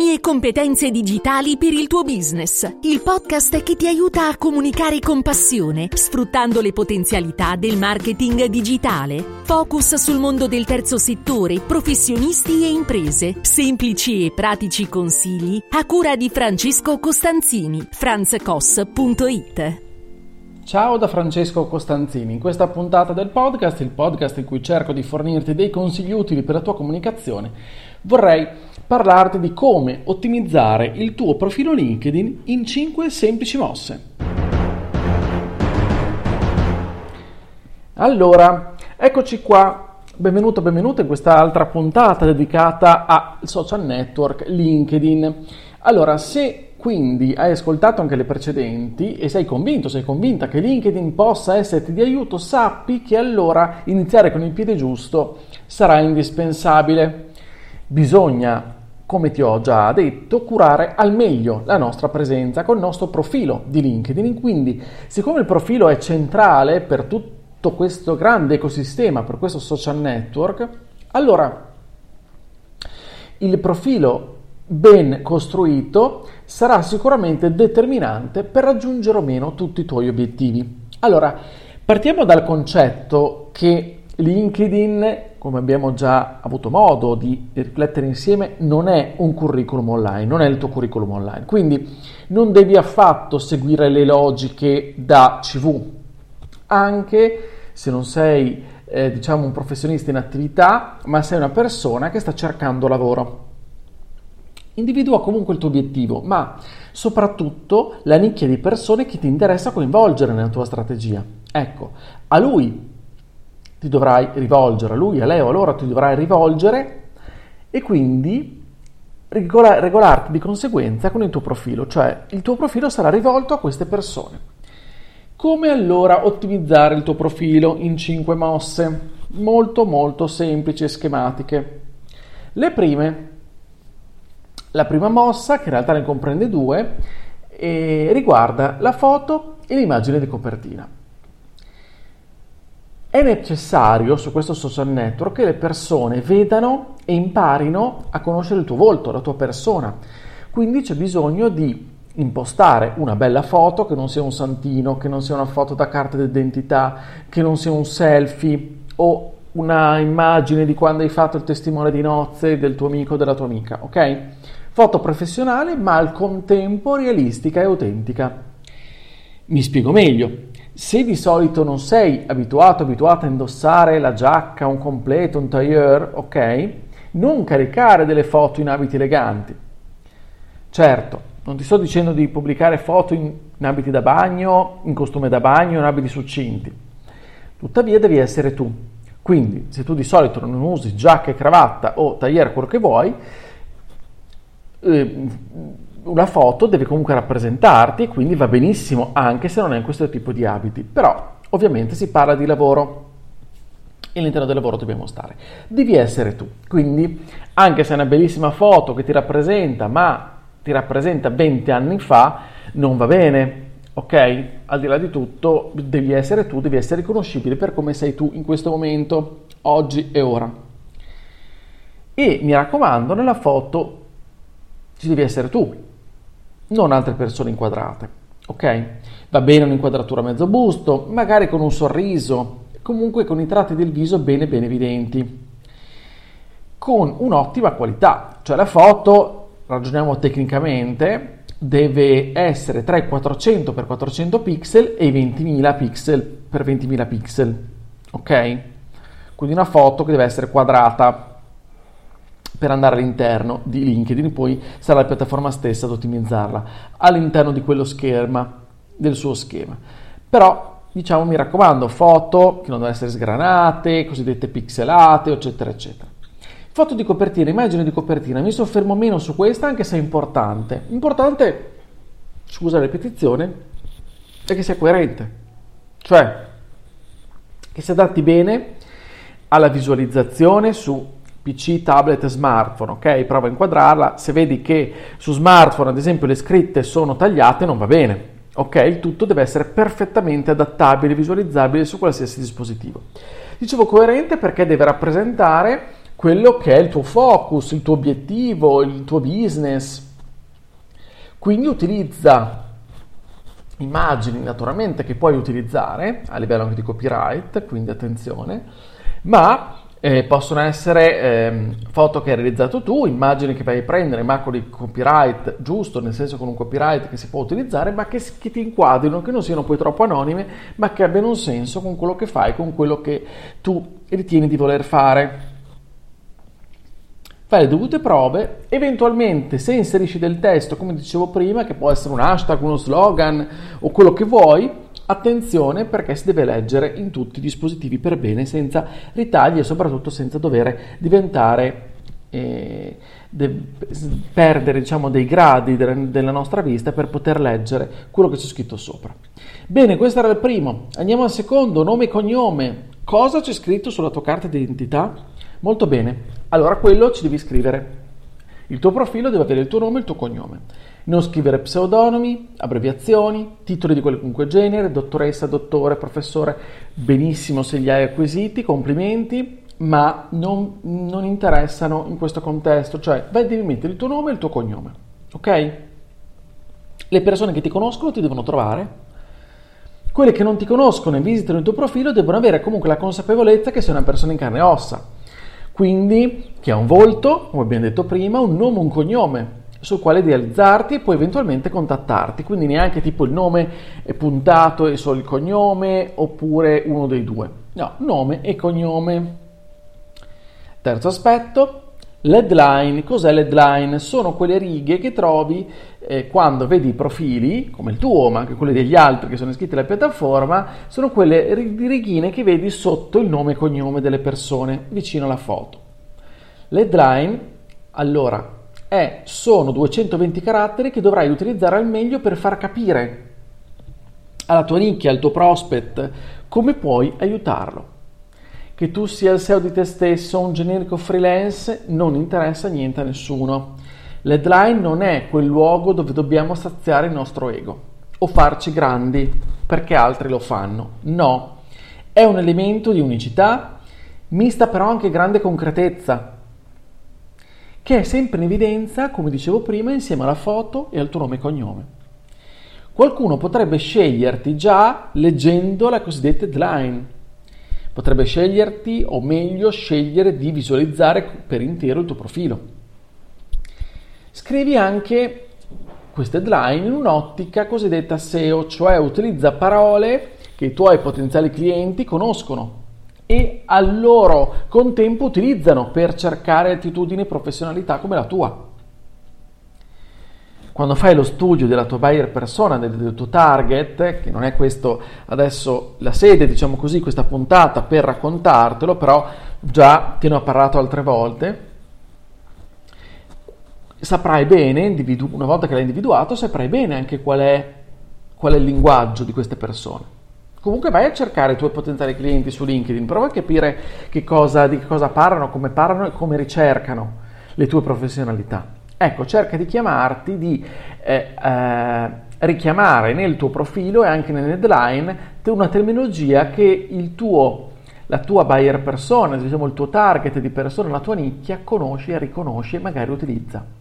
soluzioni e competenze digitali per il tuo business. Il podcast che ti aiuta a comunicare con passione, sfruttando le potenzialità del marketing digitale. Focus sul mondo del terzo settore, professionisti e imprese. Semplici e pratici consigli a cura di Francesco Costanzini, franzcos.it. Ciao da Francesco Costanzini. In questa puntata del podcast, il podcast in cui cerco di fornirti dei consigli utili per la tua comunicazione, vorrei parlarti di come ottimizzare il tuo profilo LinkedIn in 5 semplici mosse. Allora, eccoci qua. Benvenuto in questa altra puntata dedicata al social network LinkedIn. Allora, se quindi hai ascoltato anche le precedenti e sei convinta che LinkedIn possa esserti di aiuto, sappi che allora iniziare con il piede giusto sarà indispensabile. Bisogna, come ti ho già detto, curare al meglio la nostra presenza col nostro profilo di LinkedIn. Quindi, siccome il profilo è centrale per tutto questo grande ecosistema, per questo social network, allora il profilo ben costruito sarà sicuramente determinante per raggiungere o meno tutti i tuoi obiettivi. Allora, partiamo dal concetto che LinkedIn, come abbiamo già avuto modo di riflettere insieme, non è un curriculum online, non è il tuo curriculum online, quindi non devi affatto seguire le logiche da CV, anche se non sei un professionista in attività, ma sei una persona che sta cercando lavoro. Individua comunque il tuo obiettivo, ma soprattutto la nicchia di persone che ti interessa coinvolgere nella tua strategia. Ecco, a lui ti dovrai rivolgere, a lui, a lei o a loro ti dovrai rivolgere e quindi regolarti di conseguenza con il tuo profilo, cioè il tuo profilo sarà rivolto a queste persone. Come allora ottimizzare il tuo profilo in 5 mosse? Molto semplici e schematiche. La prima mossa, che in realtà ne comprende 2, riguarda la foto e l'immagine di copertina. È necessario su questo social network che le persone vedano e imparino a conoscere il tuo volto, la tua persona. Quindi c'è bisogno di impostare una bella foto che non sia un santino, che non sia una foto da carta d'identità, che non sia un selfie o una immagine di quando hai fatto il testimone di nozze del tuo amico o della tua amica, ok? Foto professionale ma al contempo realistica e autentica. Mi spiego meglio. Se di solito non sei abituata a indossare la giacca, un completo, un tailleur, ok? Non caricare delle foto in abiti eleganti. Certo, non ti sto dicendo di pubblicare foto in abiti da bagno, in costume da bagno, in abiti succinti. Tuttavia devi essere tu. Quindi, se tu di solito non usi giacca e cravatta o tailleur, quello che vuoi, una foto deve comunque rappresentarti e quindi va benissimo anche se non è in questo tipo di abiti. Però, ovviamente, si parla di lavoro e all'interno del lavoro dobbiamo stare. Devi essere tu. Quindi, anche se è una bellissima foto che ti rappresenta, ma ti rappresenta 20 anni fa, non va bene. Ok? Al di là di tutto, devi essere tu, devi essere riconoscibile per come sei tu in questo momento, oggi e ora. E mi raccomando, nella foto ci devi essere tu, non altre persone inquadrate. Ok? Va bene un'inquadratura mezzo busto, magari con un sorriso, comunque con i tratti del viso bene evidenti, con un'ottima qualità. Cioè la foto, ragioniamo tecnicamente, deve essere tra i 400 x 400 pixel e i 20.000 pixel per 20.000 pixel, ok? Quindi una foto che deve essere quadrata per andare all'interno di LinkedIn, poi sarà la piattaforma stessa ad ottimizzarla all'interno di quello schema, del suo schema. Però, mi raccomando, foto che non devono essere sgranate, cosiddette pixelate, eccetera. Foto di copertina, immagine di copertina, mi soffermo meno su questa anche se è importante. Importante, scusa la ripetizione, è che sia coerente, cioè che si adatti bene alla visualizzazione su PC, tablet e smartphone, ok? Prova a inquadrarla, se vedi che su smartphone ad esempio le scritte sono tagliate non va bene, ok? Il tutto deve essere perfettamente adattabile, visualizzabile su qualsiasi dispositivo. Dicevo coerente perché deve rappresentare quello che è il tuo focus, il tuo obiettivo, il tuo business. Quindi utilizza immagini naturalmente che puoi utilizzare a livello anche di copyright, quindi attenzione, ma possono essere foto che hai realizzato tu, immagini che vai a prendere, ma con il copyright giusto, nel senso con un copyright che si può utilizzare, ma che ti inquadrino, che non siano poi troppo anonime, ma che abbiano un senso con quello che fai, con quello che tu ritieni di voler fare. Fai le dovute prove, eventualmente se inserisci del testo, come dicevo prima, che può essere un hashtag, uno slogan o quello che vuoi, attenzione perché si deve leggere in tutti i dispositivi per bene, senza ritagli e soprattutto senza dover diventare, perdere diciamo dei gradi della nostra vista per poter leggere quello che c'è scritto sopra. Bene, questo era il primo. Andiamo al secondo, nome e cognome. Cosa c'è scritto sulla tua carta d'identità? Molto bene. Allora quello ci devi scrivere. Il tuo profilo deve avere il tuo nome e il tuo cognome. Non scrivere pseudonimi, abbreviazioni, titoli di qualunque genere, dottoressa, dottore, professore, benissimo se li hai acquisiti, complimenti, ma non interessano in questo contesto, cioè devi mettere il tuo nome e il tuo cognome, ok? Le persone che ti conoscono ti devono trovare, quelle che non ti conoscono e visitano il tuo profilo devono avere comunque la consapevolezza che sei una persona in carne e ossa. Quindi che ha un volto, come abbiamo detto prima, un nome, un cognome sul quale idealizzarti e poi eventualmente contattarti. Quindi neanche tipo il nome è puntato e solo il cognome oppure uno dei due. No, nome e cognome. Terzo aspetto, l'headline. Cos'è l'headline? Sono quelle righe che trovi quando vedi i profili, come il tuo, ma anche quelli degli altri che sono iscritti alla piattaforma, sono quelle righine che vedi sotto il nome e cognome delle persone, vicino alla foto. L'headline, allora, sono 220 caratteri che dovrai utilizzare al meglio per far capire alla tua nicchia, al tuo prospect, come puoi aiutarlo. Che tu sia il SEO di te stesso o un generico freelance non interessa niente a nessuno. L'headline non è quel luogo dove dobbiamo saziare il nostro ego o farci grandi perché altri lo fanno. No, è un elemento di unicità, mista però anche grande concretezza, che è sempre in evidenza, come dicevo prima, insieme alla foto e al tuo nome e cognome. Qualcuno potrebbe sceglierti già leggendo la cosiddetta headline. Potrebbe sceglierti, o meglio, scegliere di visualizzare per intero il tuo profilo. Scrivi anche questa headline in un'ottica cosiddetta SEO, cioè utilizza parole che i tuoi potenziali clienti conoscono e al loro contempo utilizzano per cercare attitudini e professionalità come la tua. Quando fai lo studio della tua buyer persona, del tuo target, che non è questo adesso la sede, diciamo così, questa puntata per raccontartelo, però già te ne ho parlato altre volte, saprai bene, una volta che l'hai individuato, saprai bene anche qual è il linguaggio di queste persone. Comunque vai a cercare i tuoi potenziali clienti su LinkedIn, prova a capire di che cosa parlano e come ricercano le tue professionalità. Ecco, cerca di richiamare nel tuo profilo e anche nell'headline una terminologia che la tua buyer persona, diciamo il tuo target di persona, la tua nicchia, conosce, riconosce e magari utilizza.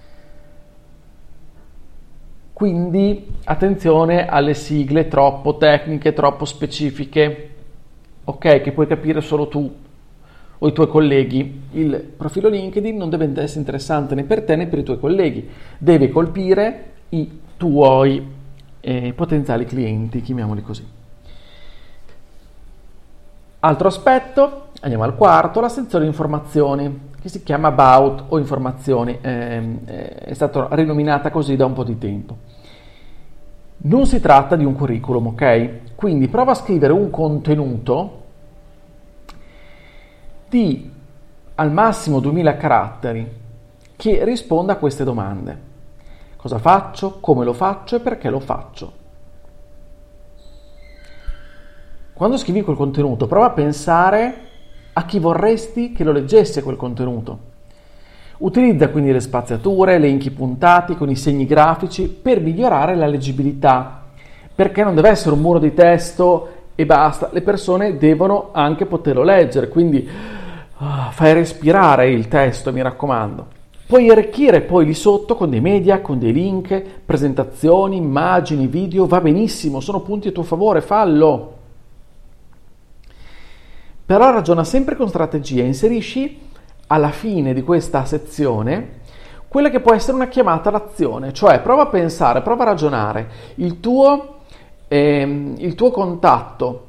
Quindi attenzione alle sigle troppo tecniche, troppo specifiche, ok, che puoi capire solo tu o i tuoi colleghi. Il profilo LinkedIn non deve essere interessante né per te né per i tuoi colleghi, deve colpire i tuoi potenziali clienti, chiamiamoli così. Altro aspetto, andiamo al quarto, la sezione informazioni, che si chiama About o informazioni, è stata rinominata così da un po' di tempo. Non si tratta di un curriculum, ok? Quindi prova a scrivere un contenuto di al massimo 2000 caratteri che risponda a queste domande. Cosa faccio, come lo faccio e perché lo faccio? Quando scrivi quel contenuto, prova a pensare a chi vorresti che lo leggesse quel contenuto. Utilizza quindi le spaziature, elenchi puntati con i segni grafici per migliorare la leggibilità, perché non deve essere un muro di testo e basta, le persone devono anche poterlo leggere, quindi Fai respirare il testo, mi raccomando. Puoi arricchire poi lì sotto con dei media, con dei link, presentazioni, immagini, video, va benissimo, sono punti a tuo favore, fallo. Però ragiona sempre con strategia, inserisci alla fine di questa sezione quella che può essere una chiamata all'azione, cioè prova a pensare, prova a ragionare, il tuo contatto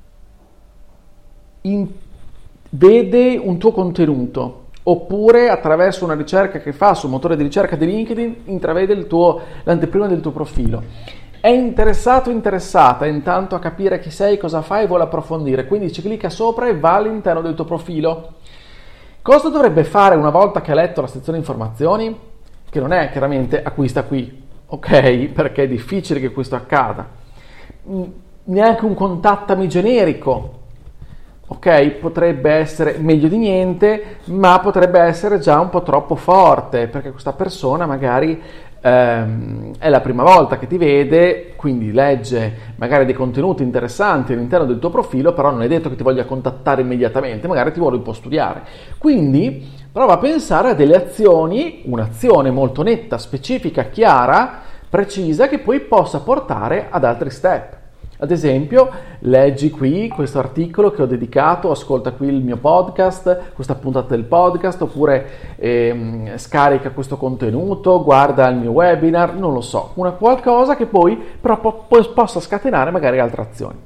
vede un tuo contenuto, oppure attraverso una ricerca che fa sul motore di ricerca di LinkedIn intravede l'anteprima del tuo profilo. È interessato o interessata intanto a capire chi sei, cosa fai e vuole approfondire, quindi ci clicca sopra e va all'interno del tuo profilo. Cosa dovrebbe fare una volta che ha letto la sezione informazioni? Che non è chiaramente acquista qui, ok? Perché è difficile che questo accada. Neanche un contattami generico. Ok, potrebbe essere meglio di niente, ma potrebbe essere già un po' troppo forte, perché questa persona magari è la prima volta che ti vede, quindi legge magari dei contenuti interessanti all'interno del tuo profilo, però non è detto che ti voglia contattare immediatamente, magari ti vuole un po' studiare. Quindi prova a pensare a delle azioni, un'azione molto netta, specifica, chiara, precisa, che poi possa portare ad altri step. Ad esempio, leggi qui questo articolo che ho dedicato, ascolta qui il mio podcast, questa puntata del podcast, oppure scarica questo contenuto, guarda il mio webinar, non lo so, una qualcosa che poi però possa scatenare magari altre azioni.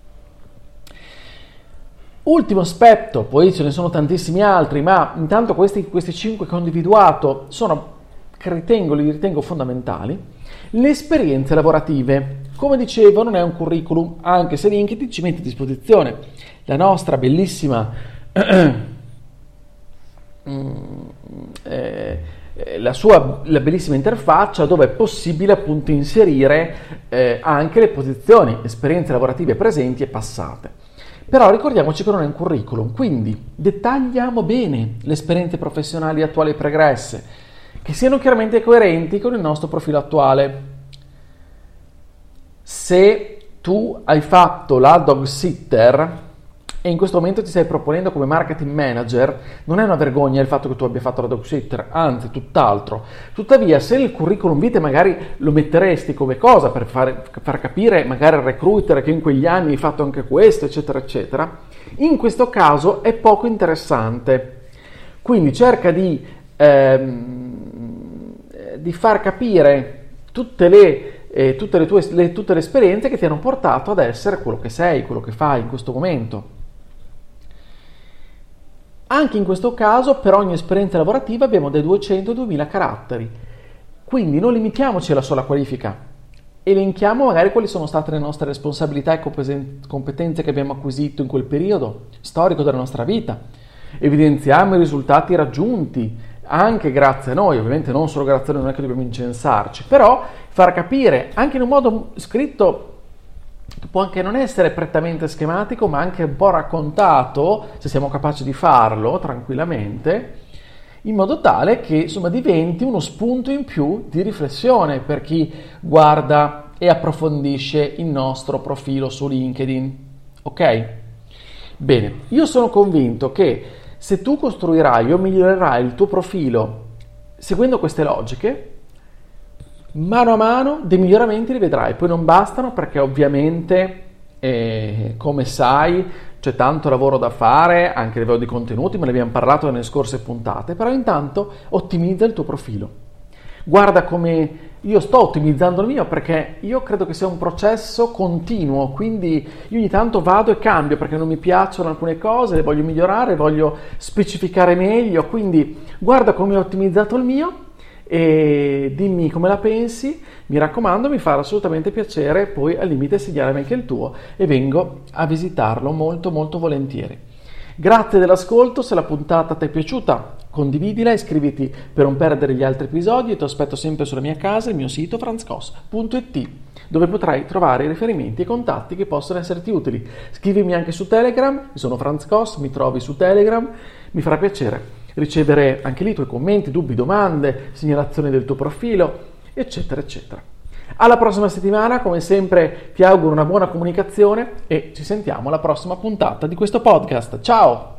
Ultimo aspetto, poi ce ne sono tantissimi altri, ma intanto questi 5 che ho individuato li ritengo fondamentali. Le esperienze lavorative. Come dicevo, non è un curriculum, anche se LinkedIn ci mette a disposizione la nostra bellissima la bellissima interfaccia, dove è possibile appunto inserire anche le posizioni, esperienze lavorative presenti e passate. Però ricordiamoci che non è un curriculum, quindi dettagliamo bene le esperienze professionali attuali e pregresse, che siano chiaramente coerenti con il nostro profilo attuale. Se tu hai fatto la dog sitter e in questo momento ti stai proponendo come marketing manager, non è una vergogna il fatto che tu abbia fatto la dog sitter, anzi tutt'altro. Tuttavia, se il curriculum vitae magari lo metteresti come cosa per far capire magari al recruiter che in quegli anni hai fatto anche questo, eccetera eccetera, in questo caso è poco interessante. Quindi cerca di far capire tutte le esperienze che ti hanno portato ad essere quello che sei, quello che fai in questo momento. Anche in questo caso, per ogni esperienza lavorativa abbiamo dai 200 ai 2000 caratteri. Quindi non limitiamoci alla sola qualifica. Elenchiamo magari quali sono state le nostre responsabilità e competenze che abbiamo acquisito in quel periodo storico della nostra vita. Evidenziamo i risultati raggiunti, anche grazie a noi, ovviamente non solo grazie a noi, non è che dobbiamo incensarci, però far capire anche in un modo scritto, può anche non essere prettamente schematico, ma anche un po' raccontato, se siamo capaci di farlo tranquillamente, in modo tale che insomma diventi uno spunto in più di riflessione per chi guarda e approfondisce il nostro profilo su LinkedIn. Ok? Bene, io sono convinto che se tu costruirai o migliorerai il tuo profilo seguendo queste logiche, mano a mano dei miglioramenti li vedrai. Poi non bastano, perché ovviamente, come sai, c'è tanto lavoro da fare, anche a livello di contenuti, me ne abbiamo parlato nelle scorse puntate, però intanto ottimizza il tuo profilo. Guarda come io sto ottimizzando il mio, perché io credo che sia un processo continuo, quindi io ogni tanto vado e cambio perché non mi piacciono alcune cose, le voglio migliorare, voglio specificare meglio, quindi guarda come ho ottimizzato il mio e dimmi come la pensi. Mi raccomando, mi farà assolutamente piacere poi al limite segnalarmi anche il tuo e vengo a visitarlo molto molto volentieri. Grazie dell'ascolto, se la puntata ti è piaciuta condividila, iscriviti per non perdere gli altri episodi e ti aspetto sempre sulla mia casa, il mio sito franzcos.it, dove potrai trovare i riferimenti e contatti che possono esserti utili. Scrivimi anche su Telegram, sono franzcos, mi trovi su Telegram, mi farà piacere ricevere anche lì i tuoi commenti, dubbi, domande, segnalazioni del tuo profilo, eccetera eccetera. Alla prossima settimana, come sempre ti auguro una buona comunicazione e ci sentiamo alla prossima puntata di questo podcast. Ciao!